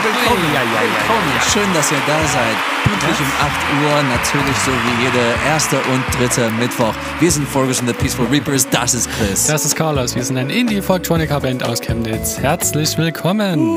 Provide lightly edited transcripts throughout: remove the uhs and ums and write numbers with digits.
Willkommen. Schön, dass ihr da seid. Pünktlich um 8 Uhr, natürlich so wie jeder erste und dritte Mittwoch. Wir sind Fergus and the Peaceful Reapers, das ist Chris. Das ist Carlos, wir sind eine Indie-Folktronica-Band aus Chemnitz. Herzlich willkommen.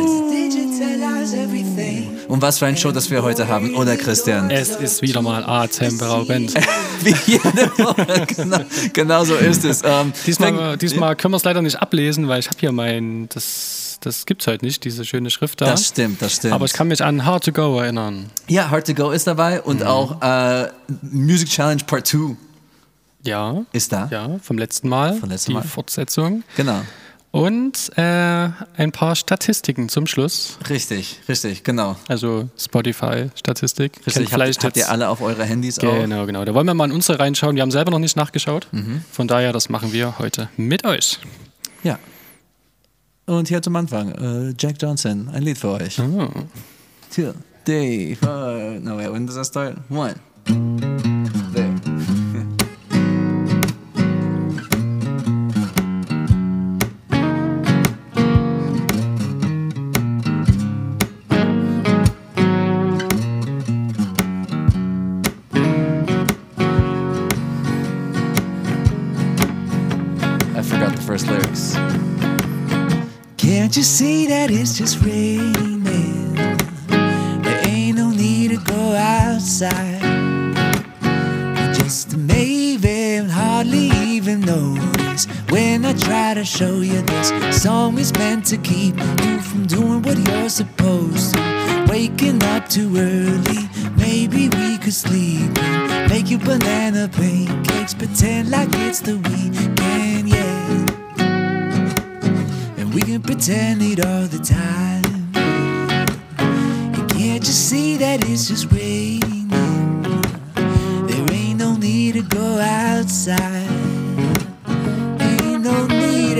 Und was für ein Show, das wir heute haben, oder Christian? Es ist wieder mal atemberaubend. Wie jede Woche, genau so ist es. Diesmal können wir es leider nicht ablesen, weil ich habe hier das gibt's heute nicht, diese schöne Schrift da. Das stimmt. Aber ich kann mich an Hard to Go erinnern. Ja, Hard to Go ist dabei und auch Music Challenge Part 2 ist da. Ja, vom letzten Mal. Die Fortsetzung. Genau. Und ein paar Statistiken zum Schluss. Richtig, genau. Also Spotify-Statistik. Richtig, habt ihr alle auf eure Handys auch? Genau. Da wollen wir mal in unsere reinschauen. Wir haben selber noch nicht nachgeschaut. Von daher, das machen wir heute mit euch. Ja. Und hier zum Anfang, Jack Johnson, ein Lied für euch. Oh. 2, 3, 4, no, wait, when does that start? 1. There. I forgot the first lyrics. Can't you see that it's just raining? There ain't no need to go outside. Just maybe hardly even notice when I try to show you this song is meant to keep you from doing what you're supposed to. Waking up too early, maybe we could sleep in. Make you banana pancakes, pretend like it's the weekend, yeah. We can pretend it all the time. You can't just see that it's just raining. There ain't no need to go outside. Ain't no need.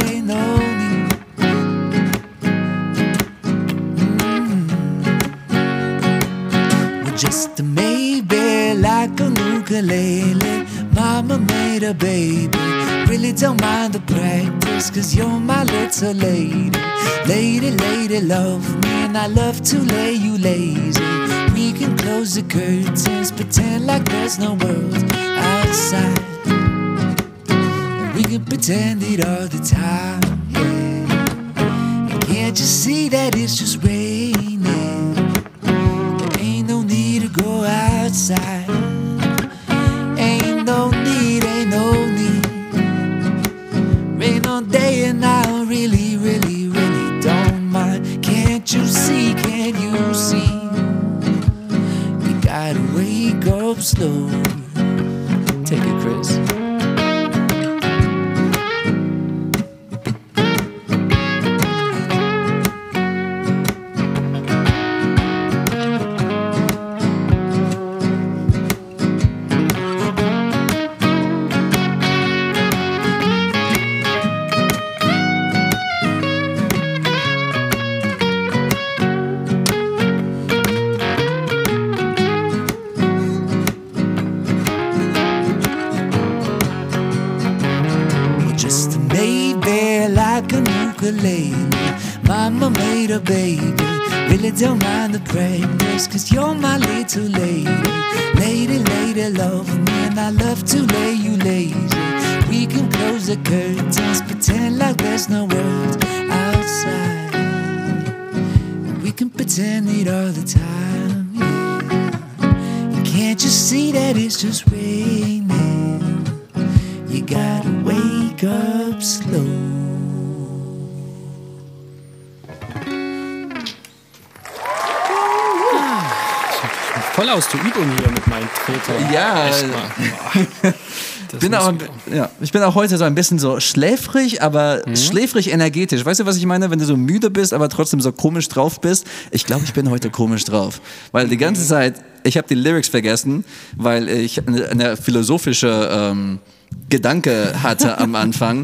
Well, just a maybe like a ukulele. Mama made a baby. Really don't mind the practice, 'cause you're my little lady. Lady, love me, and I love to lay you lazy. We can close the curtains, pretend like there's no world outside. And we can pretend it all the time, yeah. And can't you see that it's just raining? There ain't no need to go outside. Ain't no need. Rain all day and I really don't mind. Can't you see? You gotta wake up slow. Take it, Chris. Mama made a baby. Really don't mind the practice, 'cause you're my little lady. Lady, love me, and I love to lay you lazy. We can close the curtains, pretend like there's no world outside. And we can pretend it all the time, yeah. And can't you see that it's just raining? You gotta wake up slow. Voll aus der Übung hier mit meinem Treter. Ja, ich bin auch heute so ein bisschen so schläfrig, aber schläfrig energetisch. Weißt du, was ich meine? Wenn du so müde bist, aber trotzdem so komisch drauf bist. Ich glaube, ich bin heute komisch drauf. Weil die ganze Zeit, ich habe die Lyrics vergessen, weil ich eine philosophische Gedanke hatte am Anfang.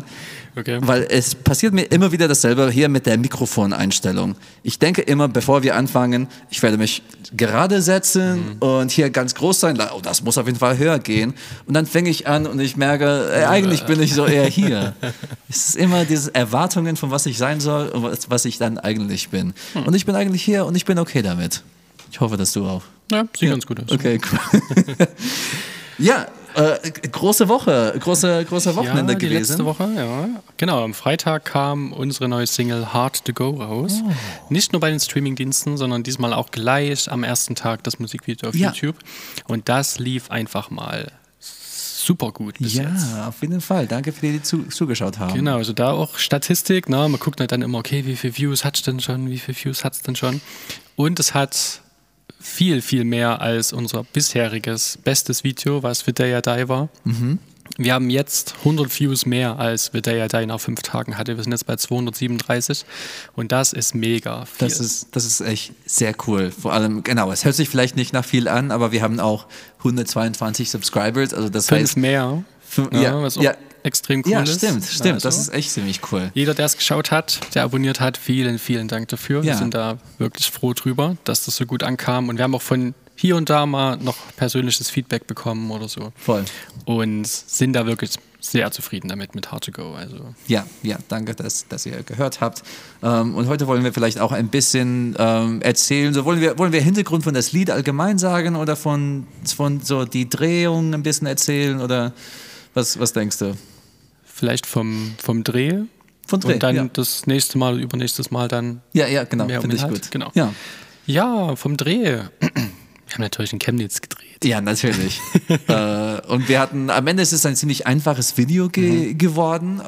Okay. Weil es passiert mir immer wieder dasselbe hier mit der Mikrofoneinstellung. Ich denke immer, bevor wir anfangen, ich werde mich gerade setzen und hier ganz groß sein. Oh, das muss auf jeden Fall höher gehen. Und dann fange ich an und ich merke, eigentlich bin ich so eher hier. Es ist immer diese Erwartungen, von was ich sein soll und was ich dann eigentlich bin. Und ich bin eigentlich hier und ich bin okay damit. Ich hoffe, dass du auch. Ja, sieht ganz gut aus. Okay, cool. Ja, große Woche, große Wochenende gewesen. Die letzte Woche, ja. Genau, am Freitag kam unsere neue Single Hard to Go raus. Oh. Nicht nur bei den Streamingdiensten, sondern diesmal auch gleich am ersten Tag das Musikvideo auf YouTube. Und das lief einfach mal super gut bis jetzt. Ja, auf jeden Fall. Danke für die, die zugeschaut haben. Genau, also da auch Statistik. Man guckt halt dann immer, okay, wie viele Views hat es denn schon? Und es hat viel, viel mehr als unser bisheriges bestes Video, was The Day I Die war. Mhm. Wir haben jetzt 100 Views mehr, als The Day I Die nach 5 Tagen hatte. Wir sind jetzt bei 237 und das ist mega viel. Das ist echt sehr cool. Vor allem, genau, es hört sich vielleicht nicht nach viel an, aber wir haben auch 122 Subscribers. Also das 5 heißt, mehr. Was auch extrem cool ist. Ja, stimmt. Also, das ist echt ziemlich cool. Jeder, der es geschaut hat, der abonniert hat, vielen, vielen Dank dafür. Ja. Wir sind da wirklich froh drüber, dass das so gut ankam. Und wir haben auch von hier und da mal noch persönliches Feedback bekommen oder so. Voll. Und sind da wirklich sehr zufrieden damit mit Hard to Go. Also. Ja, danke, dass ihr gehört habt. Und heute wollen wir vielleicht auch ein bisschen erzählen. So, wollen wir Hintergrund von das Lied allgemein sagen oder von so die Drehung ein bisschen erzählen oder was denkst du? Vielleicht vom Dreh. Von Dreh, und dann das nächste Mal, übernächstes Mal dann. Ja, genau. Finde ich gut. Genau. Ja, vom Dreh. Wir haben natürlich in Chemnitz gedreht. Ja, natürlich. Und wir hatten, am Ende ist es ein ziemlich einfaches Video geworden.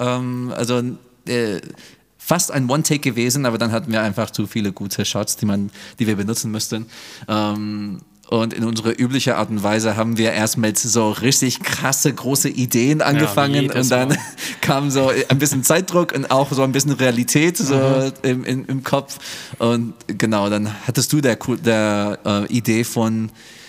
Fast ein One-Take gewesen, aber dann hatten wir einfach zu viele gute Shots, die wir benutzen müssten. Und in unserer üblichen Art und Weise haben wir erst mit so richtig krasse, große Ideen angefangen und dann kam so ein bisschen Zeitdruck und auch so ein bisschen Realität so im Kopf. Und genau, dann hattest du der Idee von,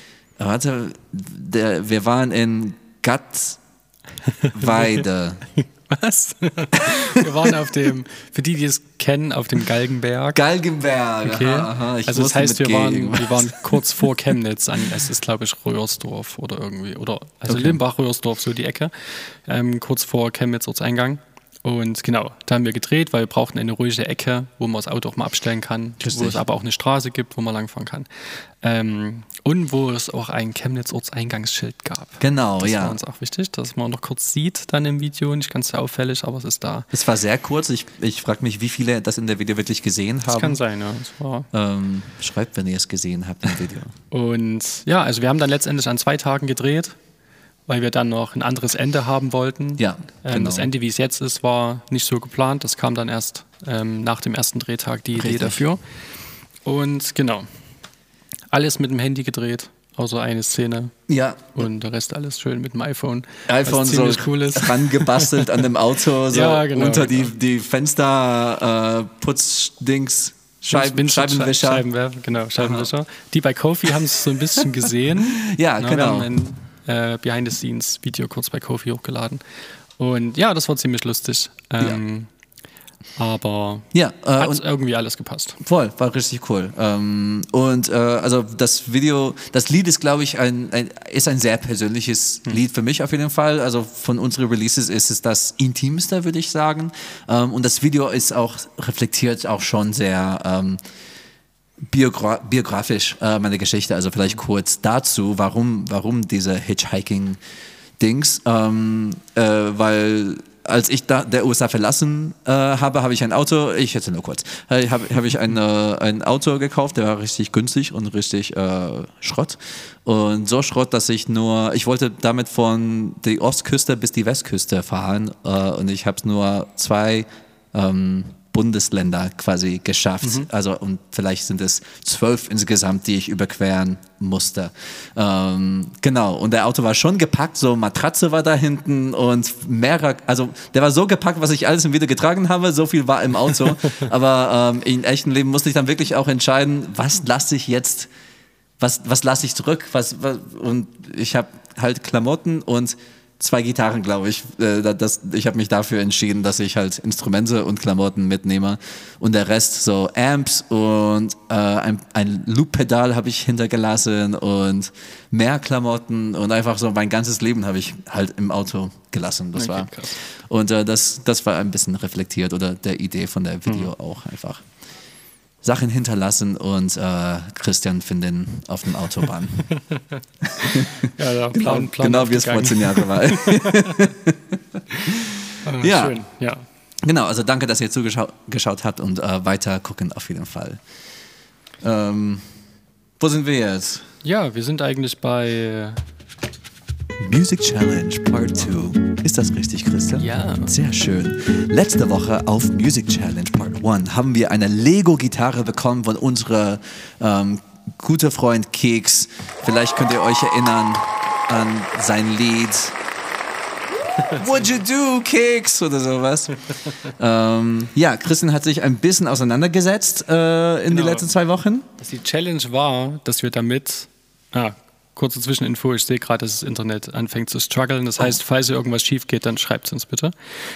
wir waren in Gattweide. Was? Wir waren auf dem, für die es kennen, auf dem Galgenberg. Galgenberg, okay. Aha. Also das heißt, wir waren kurz vor Chemnitz, es ist glaube ich Röhrsdorf oder irgendwie, Limbach, Röhrsdorf, so die Ecke, kurz vor Chemnitz Ortseingang. Und genau, da haben wir gedreht, weil wir brauchten eine ruhige Ecke, wo man das Auto auch mal abstellen kann, wo es aber auch eine Straße gibt, wo man langfahren kann. Und wo es auch ein Chemnitz-Ortseingangsschild gab. Genau, das war uns auch wichtig, dass man noch kurz sieht dann im Video, nicht ganz so auffällig, aber es ist da. Es war sehr kurz, ich frage mich, wie viele das in der Video wirklich gesehen haben. Das kann sein, ja. Schreibt, wenn ihr es gesehen habt im Video. Und ja, also wir haben dann letztendlich an 2 Tagen gedreht, weil wir dann noch ein anderes Ende haben wollten. Ja, genau. Das Ende, wie es jetzt ist, war nicht so geplant. Das kam dann erst nach dem ersten Drehtag die Idee dafür. Und genau, alles mit dem Handy gedreht, außer eine Szene. Ja. Und der Rest alles schön mit dem iPhone. iPhone so cool ist. Rangebastelt an dem Auto, so ja, genau, unter die Fenster, Putzdings. Scheibenwischer. Scheibenwischer. Die bei Ko-fi haben es so ein bisschen gesehen. Ja, genau. Wir haben ein Behind-the-Scenes-Video kurz bei Ko-fi hochgeladen. Und ja, das war ziemlich lustig. Aber hat irgendwie alles gepasst. Voll, war richtig cool. Also das Lied ist, glaube ich, ein sehr persönliches Lied für mich auf jeden Fall. Also von unseren Releases ist es das intimste, würde ich sagen. Und das Video ist auch, reflektiert auch schon sehr biografisch meine Geschichte. Also vielleicht kurz dazu, warum diese Hitchhiking-Dings, weil als ich der USA verlassen habe ich ein Auto, ich erzähle nur kurz, habe ich ein Auto gekauft, der war richtig günstig und richtig Schrott. Und so Schrott, dass ich wollte damit von der Ostküste bis die Westküste fahren und ich habe es nur 2 Bundesländer quasi geschafft. Also und vielleicht sind es 12 insgesamt, die ich überqueren musste. Genau, und der Auto war schon gepackt, so Matratze war da hinten und der war so gepackt, was ich alles im Video getragen habe, so viel war im Auto. Aber im echten Leben musste ich dann wirklich auch entscheiden, was lasse ich jetzt, was lasse ich zurück, und ich habe halt Klamotten und 2 Gitarren, glaube ich. Ich habe mich dafür entschieden, dass ich halt Instrumente und Klamotten mitnehme und der Rest so Amps und ein Loop-Pedal habe ich hintergelassen und mehr Klamotten und einfach so mein ganzes Leben habe ich halt im Auto gelassen. Das war krass. Und das war ein bisschen reflektiert oder der Idee von der Video auch einfach. Sachen hinterlassen und Christian finden auf dem Autobahn. Ja, Plan genau wie es vor 10 Jahren war. Ja. Schön, ja. Genau, also danke, dass ihr zugeschaut habt und weiter gucken auf jeden Fall. Wo sind wir jetzt? Ja, wir sind eigentlich bei Music Challenge Part 2. Ist das richtig, Christian? Ja. Sehr schön. Letzte Woche auf Music Challenge Part 1 haben wir eine Lego-Gitarre bekommen von unserem guten Freund Keks. Vielleicht könnt ihr euch erinnern an sein Lied What'd you do, Keks? Oder sowas. Ja, Christian hat sich ein bisschen auseinandergesetzt in die letzten 2 Wochen. Die Challenge war, dass wir damit... kurze Zwischeninfo, ich sehe gerade, dass das Internet anfängt zu strugglen. Das heißt, falls hier irgendwas schief geht, dann schreibt es uns bitte.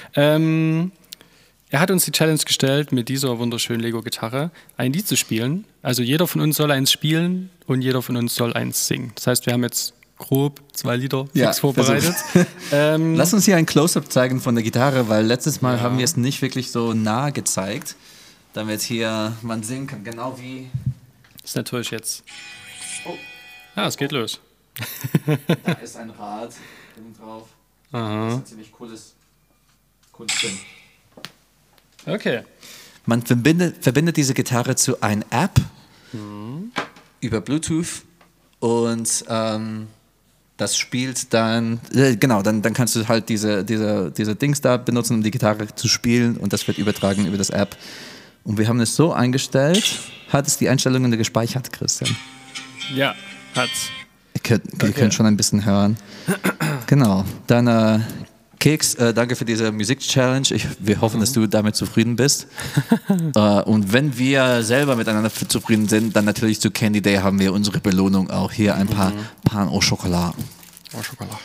Er hat uns die Challenge gestellt, mit dieser wunderschönen Lego-Gitarre ein Lied zu spielen. Also jeder von uns soll eins spielen und jeder von uns soll eins singen. Das heißt, wir haben jetzt grob 2 Lieder fix vorbereitet. Lass uns hier ein Close-Up zeigen von der Gitarre, weil letztes Mal haben wir es nicht wirklich so nah gezeigt, damit hier man singen kann, genau wie... Das ist natürlich jetzt... Ja, es geht los. Da ist ein Rad hinten drauf. Aha. Das ist ein ziemlich cooles Ding. Okay. Man verbindet diese Gitarre zu einer App über Bluetooth und das spielt dann, dann kannst du halt diese Dings da benutzen, um die Gitarre zu spielen und das wird übertragen über das App. Und wir haben es so eingestellt, hat es die Einstellungen gespeichert, Christian? Ja. Hat's. Ihr könnt schon ein bisschen hören. Genau. Dann Keks, danke für diese Musik-Challenge. Wir hoffen, dass du damit zufrieden bist. Und wenn wir selber miteinander zufrieden sind, dann natürlich zu Candy Day haben wir unsere Belohnung auch hier ein paar Pain au Chocolat. Au Chocolat.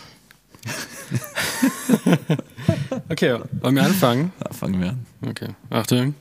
Okay, wollen wir anfangen? Ja, fangen wir an. Okay, Achtung.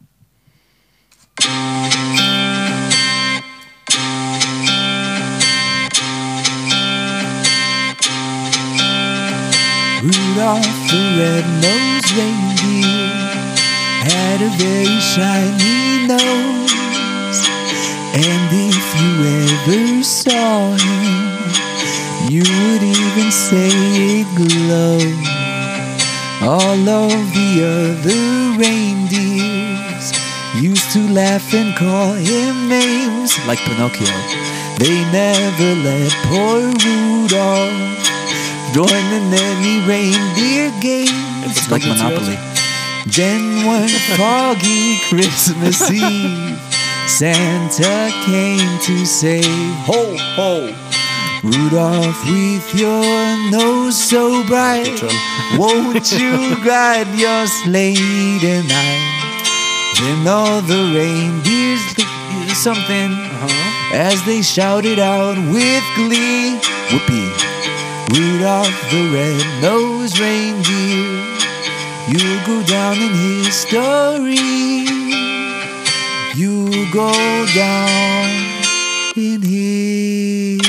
Rudolph the red-nosed reindeer had a very shiny nose, and if you ever saw him, you would even say it glowed. All of the other reindeers used to laugh and call him names like Pinocchio. They never let poor Rudolph join in any reindeer games like Monopoly. Then one foggy Christmas Eve, Santa came to say, ho, ho, Rudolph, with your nose so bright, won't you guide your sleigh tonight? Then all the reindeers did something as they shouted out with glee, whoopee. Rudolph the red-nosed reindeer, you'll go down in history. You'll go down in history.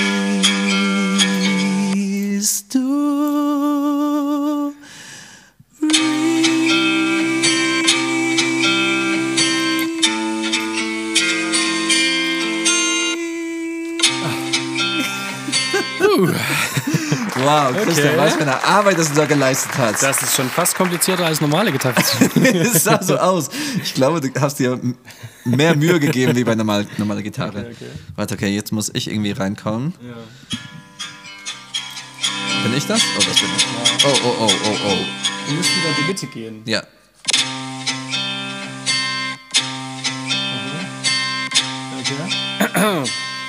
Wow, Christian, was für eine Arbeit, das du da geleistet hast. Das ist schon fast komplizierter als normale Gitarre. Es sah so aus. Ich glaube, du hast dir mehr Mühe gegeben wie bei normaler Gitarre. Okay. Warte, okay, jetzt muss ich irgendwie reinkommen. Ja. Bin ich das? Oh, das bin ich. Ja. Oh. Du musst wieder in die Mitte gehen. Ja. Okay.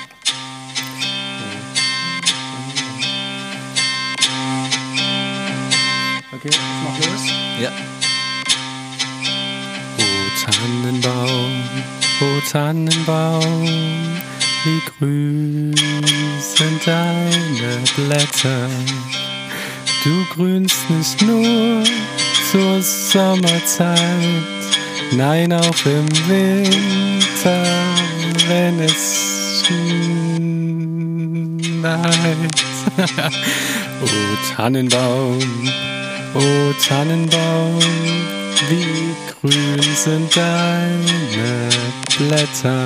Okay, ich mach los. Ja. O Tannenbaum, wie grün sind deine Blätter. Du grünst nicht nur zur Sommerzeit, nein, auch im Winter, wenn es schneit. Oh Tannenbaum, wie grün sind deine Blätter.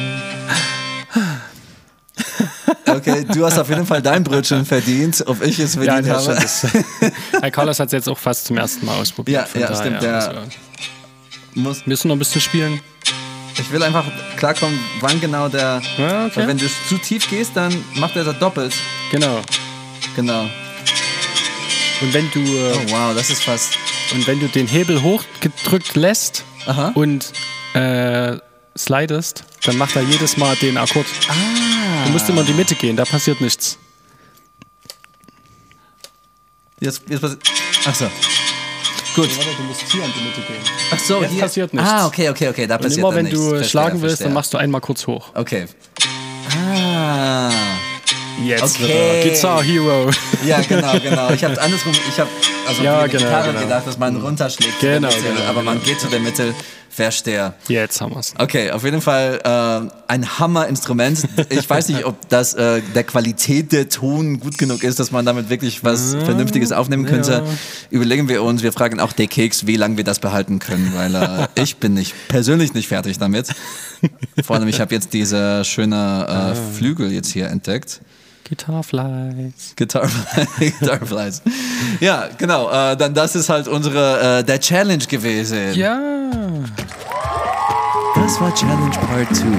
Okay, du hast auf jeden Fall dein Brötchen verdient, ob ich es verdient habe. Herr Carlos hat es jetzt auch fast zum ersten Mal ausprobiert. Ja, stimmt. Der müssen noch ein bisschen spielen. Ich will einfach klarkommen, wann genau der... Ja, okay. Weil wenn du zu tief gehst, dann macht er das doppelt. Genau. Und wenn du... oh wow, das ist fast... Und wenn du den Hebel hochgedrückt lässt und slidest, dann macht er jedes Mal den Akkord. Du musst immer in die Mitte gehen, da passiert nichts. Jetzt passiert... Achso. Gut. Warte, du musst hier in die Mitte gehen. Ach so, jetzt hier passiert nichts. Okay, da passiert und immer wenn du schlagen willst, dann machst du einmal kurz hoch. Okay. Jetzt Guitar Hero. Ja, genau. Ich habe andersrum, Gitarre gedacht, dass man runterschlägt. Genau, aber man geht zu der Mitte, verstehe. Jetzt haben wir es. Okay, auf jeden Fall ein Hammer-Instrument. Ich weiß nicht, ob das der Qualität der Ton gut genug ist, dass man damit wirklich was Vernünftiges aufnehmen könnte. Ja. Überlegen wir uns, wir fragen auch der Keks, wie lange wir das behalten können, weil ich bin persönlich nicht fertig damit. Vor allem, ich habe jetzt diese schöne Flügel jetzt hier entdeckt. Guitarflies. Guitarflies. Ja, genau. Dann das ist halt der Challenge gewesen. Ja. Das war Challenge Part 2.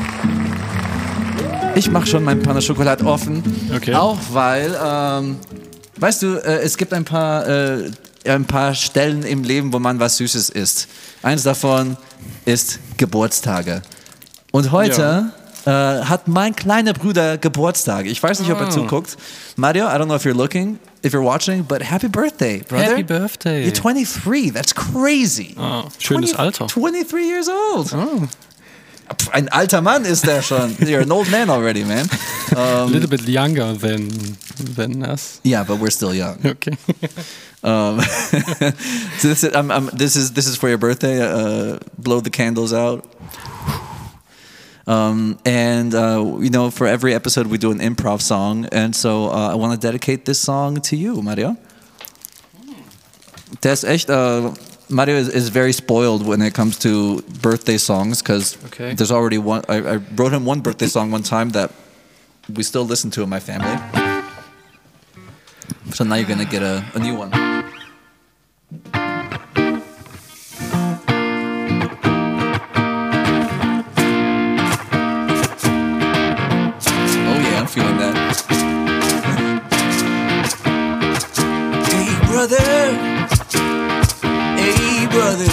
Ich mache schon mein Pain au Chocolat offen. Okay. Auch weil, weißt du, es gibt ein paar Stellen im Leben, wo man was Süßes isst. Eins davon ist Geburtstage. Und heute... hat mein kleiner Bruder Geburtstag. Ich weiß nicht, ob er zuguckt. Mario, I don't know if you're watching, but happy birthday, brother. Happy birthday. You're 23, that's crazy. Oh, schönes Alter. 23 years old. Oh. Ein alter Mann ist der schon. You're an old man already, man. A little bit younger than us. Yeah, but we're still young. Okay. So this is for your birthday. Blow the candles out. For every episode we do an improv song, and so I want to dedicate this song to you, Mario. Das echt, Mario is very spoiled when it comes to birthday songs, because there's already one. I wrote him one birthday song one time that we still listen to in my family. So now you're gonna get a new one. Feeling that. Hey brother,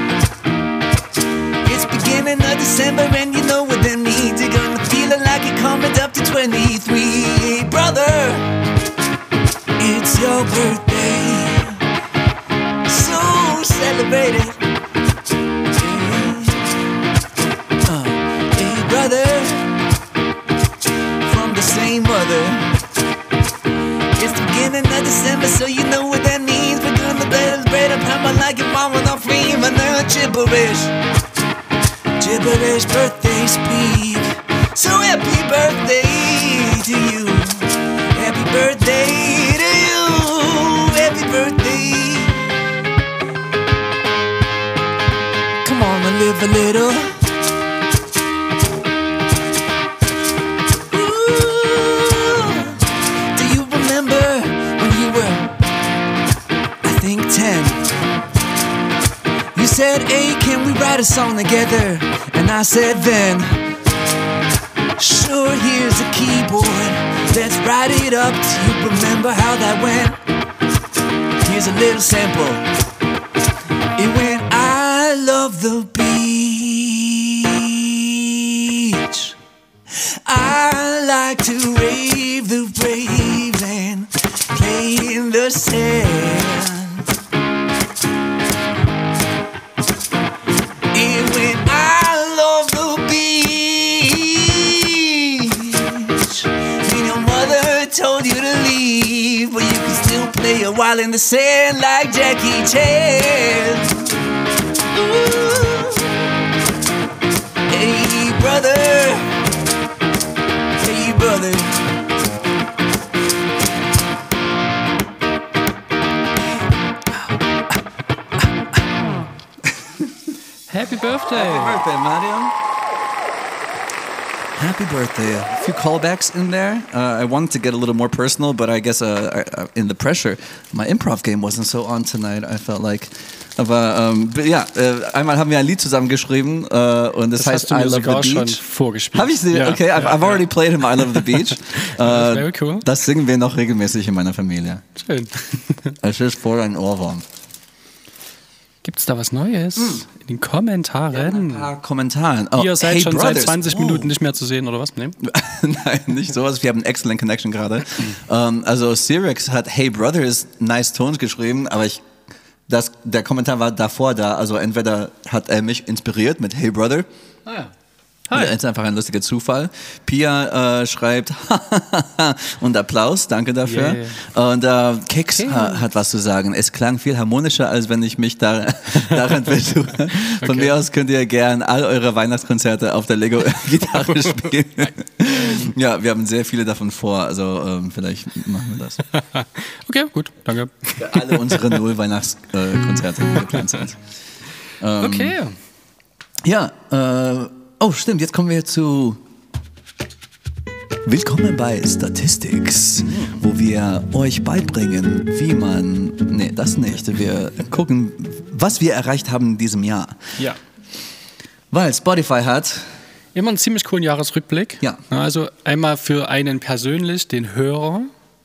it's beginning of December and you know what that means. You're gonna feel it like you're coming up to 23. Hey brother, it's your birthday, so celebrate it. Hey brother, same mother. It's the beginning of December, so you know what that means. We're gonna celebrate a hammer like your mama not free, but now gibberish birthday speak. So happy birthday to you. Happy birthday to you. Happy birthday. Come on and live a little. Said, hey, can we write a song together? And I said, then sure, here's a keyboard, let's write it up. Do you remember how that went? Here's a little sample. It went, I love the beach, I like to rave the waves and play in the sand. Told you to leave, but you can still play a while in the sand like Jackie Chan. Ooh. Hey brother, hey brother. Happy birthday! Happy birthday, Mario. Happy birthday. A few callbacks in there. I wanted to get a little more personal, but I guess in the pressure, my improv game wasn't so on tonight. I felt like. Aber ja, einmal haben wir ein Lied zusammen geschrieben und das heißt I Love the Beach. Schon vorgespielt. Habe ich sie? Ja, okay, I've already played him I Love the Beach. Very cool. Das singen wir noch regelmäßig in meiner Familie. Schön. Es ist voll ein Ohrwurm. Gibt's da was Neues? In den Kommentaren. Ja, ein paar Kommentaren. Oh, ihr seid schon seit 20 Minuten nicht mehr zu sehen, oder was? Nee? Nein, nicht sowas. Wir haben eine excellent Connection gerade. Also Cyrex hat Hey Brothers, nice Tones geschrieben, aber der Kommentar war davor da. Also entweder hat er mich inspiriert mit Hey Brother. Ah ja. Das ist einfach ein lustiger Zufall. Pia schreibt und Applaus, danke dafür. Yeah. Und Keks hat was zu sagen. Es klang viel harmonischer, als wenn ich mich daran versuche. Von mir aus könnt ihr gern all eure Weihnachtskonzerte auf der Lego-Gitarre spielen. Ja, wir haben sehr viele davon vor, also vielleicht machen wir das. Okay, gut, danke. Für alle unsere 0 Weihnachtskonzerte, die geplant sind. Okay. Ja, oh, stimmt, jetzt kommen wir zu Willkommen bei Statistics, wo wir euch beibringen, wie man... Nee, das nicht. Wir gucken, was wir erreicht haben in diesem Jahr. Ja. Weil Spotify hat... Immer einen ziemlich coolen Jahresrückblick. Ja. Also einmal für einen persönlich, den Hörer,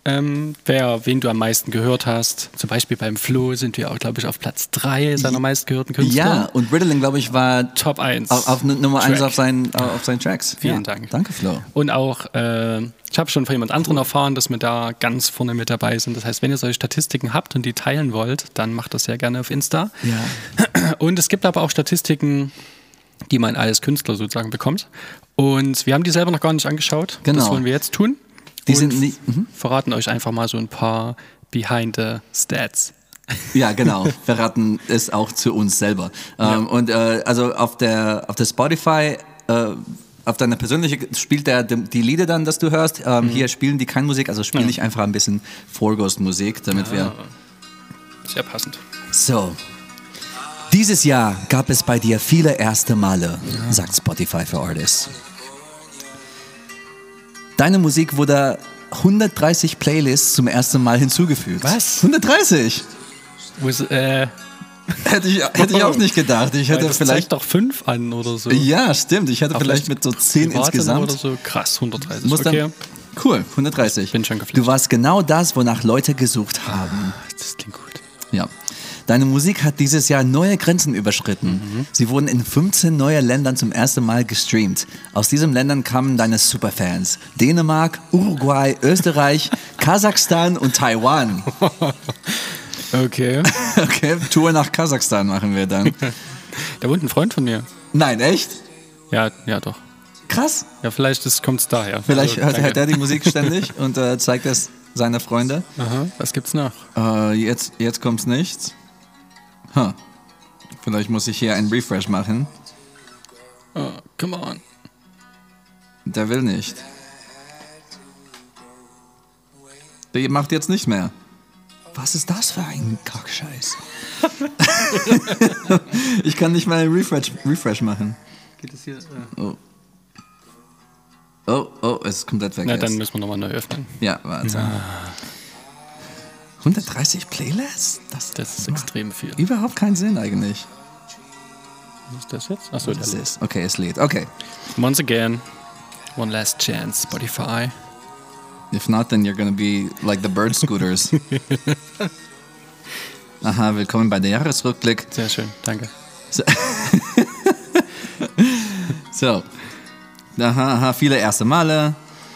wen du am meisten gehört hast. Zum Beispiel beim Flo sind wir auch, glaube ich, auf Platz 3 seiner meistgehörten Künstler. Ja, und Ritalin, glaube ich, war Top 1. Auf Nummer 1 auf seinen Tracks. Vielen Dank. Danke, Flo. Und auch, ich habe schon von jemand anderem erfahren, dass wir da ganz vorne mit dabei sind. Das heißt, wenn ihr solche Statistiken habt und die teilen wollt, dann macht das sehr gerne auf Insta. Ja. Und es gibt aber auch Statistiken, die man als Künstler sozusagen bekommt. Und wir haben die selber noch gar nicht angeschaut. Genau. Das wollen wir jetzt tun. Die sind nicht, verraten euch einfach mal so ein paar Behind the Stats. Ja, genau. Verraten es auch zu uns selber. Ja. Und also auf der Spotify, auf deiner persönlichen, spielt der die Lieder dann, dass du hörst. Hier spielen die keine Musik, also spiele ich einfach ein bisschen Vorghost-Musik, damit wir... Sehr passend. So. Dieses Jahr gab es bei dir viele erste Male, sagt Spotify für Artists. Deine Musik wurde 130 Playlists zum ersten Mal hinzugefügt. Was? 130? Hätte ich auch nicht gedacht. Ich hätte das vielleicht zeigt doch 5 an oder so. Ja, stimmt. Ich hätte vielleicht mit so 10 insgesamt. Oder so. Krass, 130. Cool, 130. Bin schon geflasht. Du warst genau das, wonach Leute gesucht haben. Das klingt gut. Ja. Deine Musik hat dieses Jahr neue Grenzen überschritten. Sie wurden in 15 neue Ländern zum ersten Mal gestreamt. Aus diesen Ländern kamen deine Superfans. Dänemark, Uruguay, Österreich, Kasachstan und Taiwan. Okay. Okay, Tour nach Kasachstan machen wir dann. Da wohnt ein Freund von mir. Nein, echt? Ja, doch. Krass. Ja, vielleicht kommt es daher. Vielleicht hört er die Musik ständig und zeigt es seine Freunde. Aha, was gibt's noch? Jetzt kommt's nicht. Vielleicht muss ich hier einen Refresh machen. Oh, come on. Der will nicht. Der macht jetzt nicht mehr. Was ist das für ein Kackscheiß? Ich kann nicht mal einen Refresh machen. Geht das hier? Oh, es ist komplett weg. Na, dann müssen wir nochmal neu öffnen. Ja, warte. 130 Playlists? Das ist extrem viel. Überhaupt keinen Sinn eigentlich. Was ist das jetzt? Achso, das ist. Okay, es lädt. Okay. Once again, one last chance, Spotify. If not, then you're gonna be like the bird scooters. Aha, willkommen bei der Jahresrückblick. Sehr schön, danke. So. Aha, viele erste Male.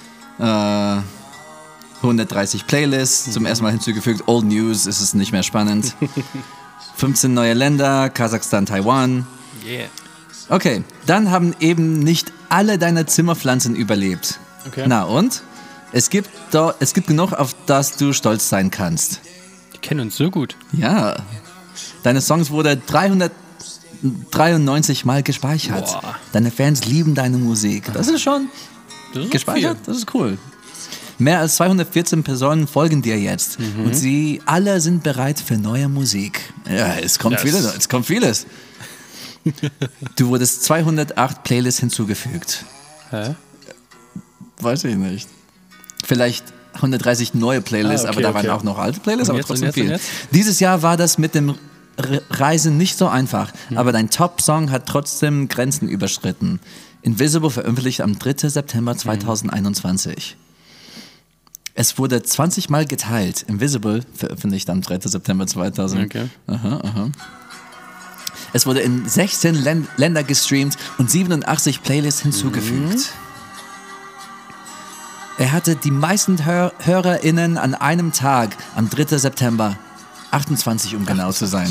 130 Playlists, zum ersten Mal hinzugefügt. Old News, ist es nicht mehr spannend. 15 neue Länder, Kasachstan, Taiwan. Yeah. Okay, dann haben eben nicht alle deine Zimmerpflanzen überlebt. Okay. Na und? Es gibt genug, auf das du stolz sein kannst. Die kennen uns so gut. Ja. Deine Songs wurden 393 Mal gespeichert. Boah. Deine Fans lieben deine Musik. Das ist schon gespeichert. Das ist cool. Mehr als 214 Personen folgen dir jetzt. Und sie alle sind bereit für neue Musik. Ja, es kommt vieles. Du wurdest 208 Playlists hinzugefügt. Hä? Weiß ich nicht. Vielleicht 130 neue Playlists, aber da waren auch noch alte Playlists, aber trotzdem viel. Dieses Jahr war das mit dem Reisen nicht so einfach, aber dein Top-Song hat trotzdem Grenzen überschritten. Invisible veröffentlicht am 3. September 2021. Es wurde 20 Mal geteilt. Invisible veröffentlicht am 3. September 2000. Okay. Aha. Es wurde in 16 Länder gestreamt und 87 Playlists hinzugefügt. Er hatte die meisten HörerInnen an einem Tag, am 3. September, 28 um genau zu sein.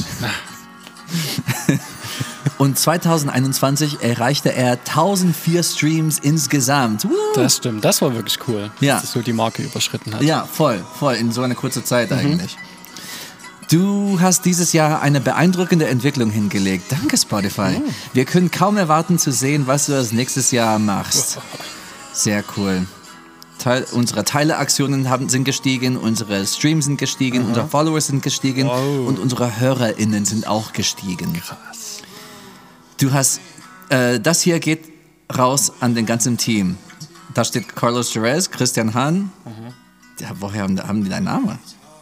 Und 2021 erreichte er 1004 Streams insgesamt. Das stimmt, das war wirklich cool, ja. dass es so die Marke überschritten hat. Ja, voll, in so einer kurzen Zeit eigentlich. Du hast dieses Jahr eine beeindruckende Entwicklung hingelegt. Danke, Spotify. Wir können kaum erwarten zu sehen, was du als nächstes Jahr machst. Sehr cool. Unsere Teileaktionen sind gestiegen, unsere Streams sind gestiegen, unsere Followers sind gestiegen und unsere HörerInnen sind auch gestiegen. Krass. Du hast, das hier geht raus an den ganzen Team. Da steht Carlos Jerez, Christian Hahn. Ja, woher haben die deinen Namen?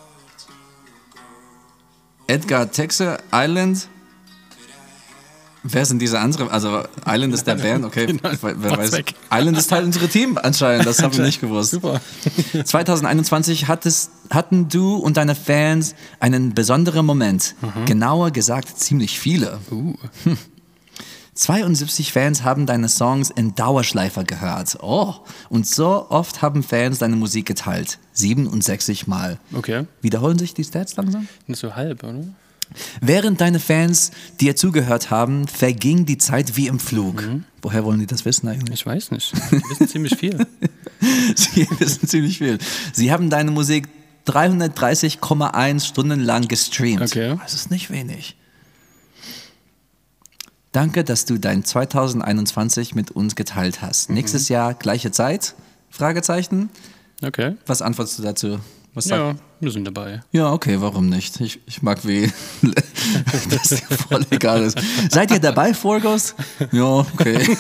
Edgar Texe, Island. Wer sind diese anderen? Also Island ist der Band, okay. Wer weiß. Island ist Teil unseres Teams anscheinend, das haben wir nicht gewusst. Super. 2021 hatten du und deine Fans einen besonderen Moment. Genauer gesagt, ziemlich viele. 72 Fans haben deine Songs in Dauerschleifer gehört. Oh, und so oft haben Fans deine Musik geteilt. 67 Mal. Okay. Wiederholen sich die Stats langsam? Nicht so halb, oder? Während deine Fans dir zugehört haben, verging die Zeit wie im Flug. Woher wollen die das wissen eigentlich? Ich weiß nicht. Die wissen ziemlich viel. Sie wissen ziemlich viel. Sie haben deine Musik 330,1 Stunden lang gestreamt. Okay. Das ist nicht wenig. Danke, dass du dein 2021 mit uns geteilt hast. Nächstes Jahr gleiche Zeit? Fragezeichen. Okay. Was antwortest du dazu? Was ja, wir sind dabei. Ja, okay, warum nicht? Ich mag, wie das dir voll egal ist. Seid ihr dabei, Forghost? Ja, okay.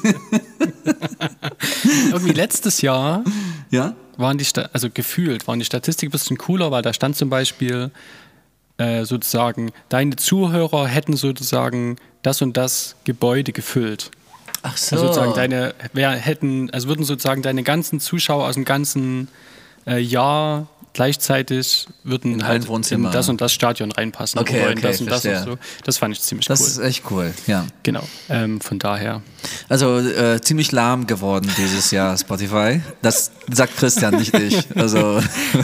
Irgendwie letztes Jahr waren die Statistiken ein bisschen cooler, weil da stand zum Beispiel sozusagen, deine Zuhörer hätten sozusagen das und das Gebäude gefüllt. Ach so. Also sozusagen würden sozusagen deine ganzen Zuschauer aus dem ganzen Jahr gleichzeitig würden halt in das und das Stadion reinpassen. Okay, das und das und so. Das fand ich ziemlich cool. Das ist echt cool, ja. Genau, von daher. Also ziemlich lahm geworden dieses Jahr, Spotify. Das sagt Christian, nicht ich. Also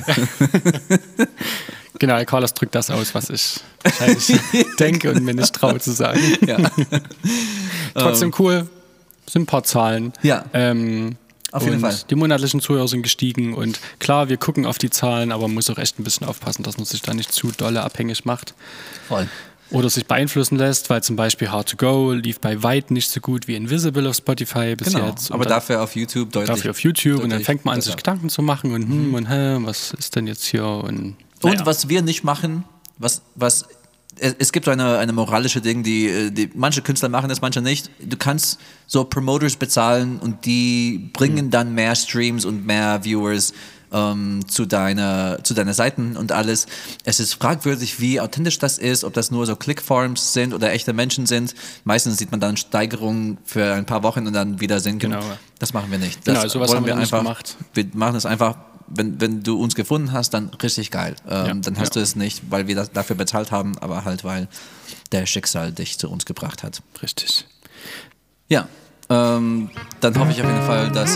genau, Carlos drückt das aus, was ich wahrscheinlich denke und mir nicht traue zu sagen. Ja. Trotzdem cool, sind ein paar Zahlen. Ja. Auf jeden Fall. Die monatlichen Zuhörer sind gestiegen und klar, wir gucken auf die Zahlen, aber man muss auch echt ein bisschen aufpassen, dass man sich da nicht zu dolle abhängig macht. Voll. Oder sich beeinflussen lässt, weil zum Beispiel Hard to Go lief bei weitem nicht so gut wie Invisible auf Spotify bis jetzt. Aber dafür auf YouTube deutlich. Dafür auf YouTube und dann fängt man an, sich Gedanken zu machen und was ist denn jetzt hier? Und was wir nicht machen, es gibt so eine moralische Ding, die manche Künstler machen das, manche nicht. Du kannst so Promoters bezahlen und die bringen dann mehr Streams und mehr Viewers zu deiner Seiten und alles. Es ist fragwürdig, wie authentisch das ist, ob das nur so Clickfarms sind oder echte Menschen sind. Meistens sieht man dann Steigerungen für ein paar Wochen und dann wieder sinken. Genau. Das machen wir nicht. Genau, sowas haben wir einfach gemacht. Wir machen es einfach. Wenn du uns gefunden hast, dann richtig geil. Dann hast du es nicht, weil wir dafür bezahlt haben, aber halt, weil der Schicksal dich zu uns gebracht hat. Richtig. Ja, dann hoffe ich auf jeden Fall, dass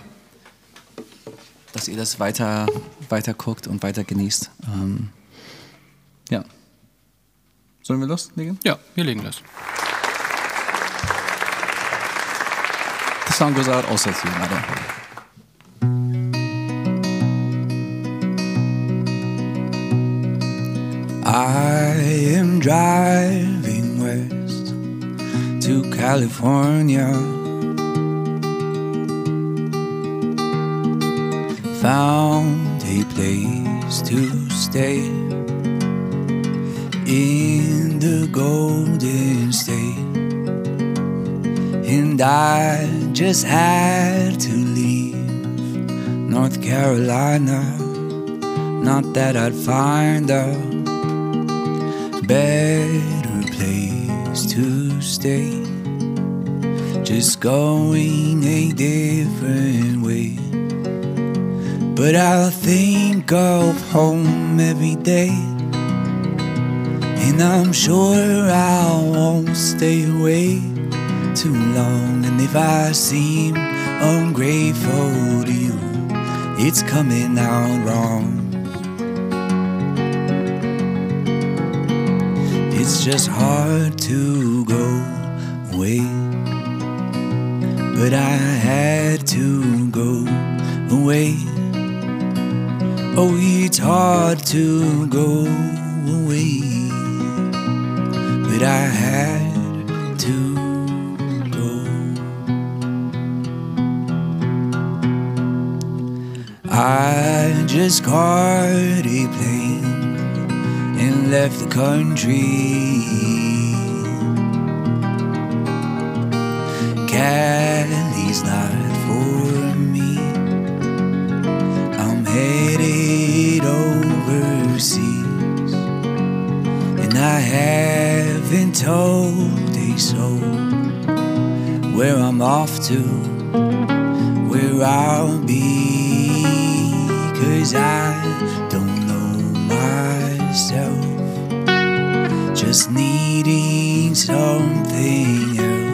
ihr das weiter guckt und weiter genießt. Ja. Sollen wir loslegen? Ja, wir legen los. The song goes out also to you, madam. driving west to California. Found a place to stay in the Golden State, and I just had to leave North Carolina. Not that I'd find a better place to stay, just going a different way. But I'll think of home every day, and I'm sure I won't stay away too long. And if I seem ungrateful to you, it's coming out wrong. It's just hard to go away, but I had to go away. Oh, it's hard to go away, but I had to go. I just caught a plane and left the country. Cali's not for me. I'm headed overseas, and I haven't told a soul where I'm off to, where I'll be, 'cause I don't know myself, just needing something else.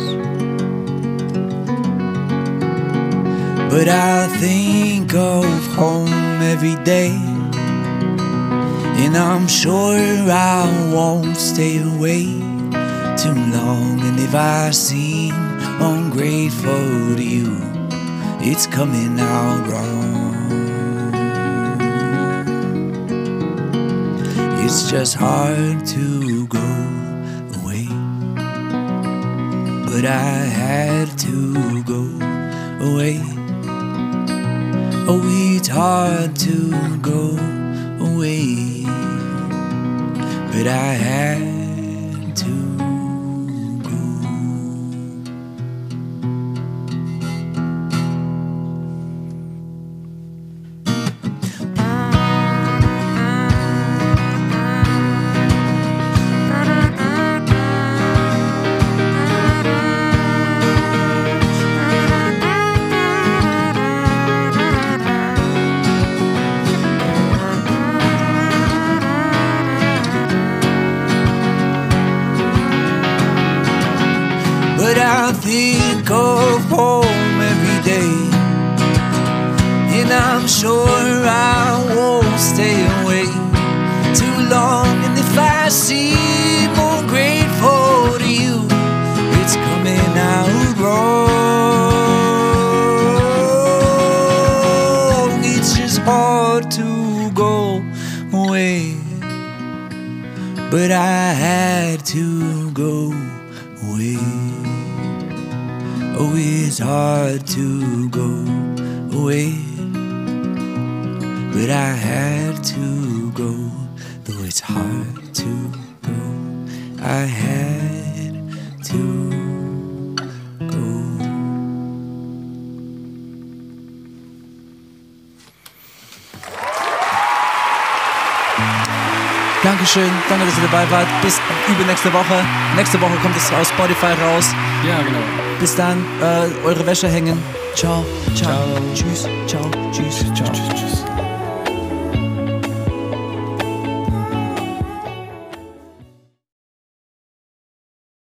But I think of home every day, and I'm sure I won't stay away too long. And if I seem ungrateful to you, it's coming out wrong. It's just hard to go away, but I had to go away. Oh, it's hard to go away, but I had to go. But I think of home every day, and I'm sure I won't stay away too long. And if I seem ungrateful to you, it's coming out wrong. It's just hard to go away, but I had to go away. Oh, it's hard to go away, but I had to go. Though it's hard to go, I had to go. Dankeschön, danke, dass ihr dabei wart. Bis übernächste Woche. Nächste Woche kommt es auf Spotify raus. Ja, genau. Bis dann, eure Wäsche hängen. Ciao, ciao, Ciao. tschüss, ciao, tschüss, ciao. Tschüss.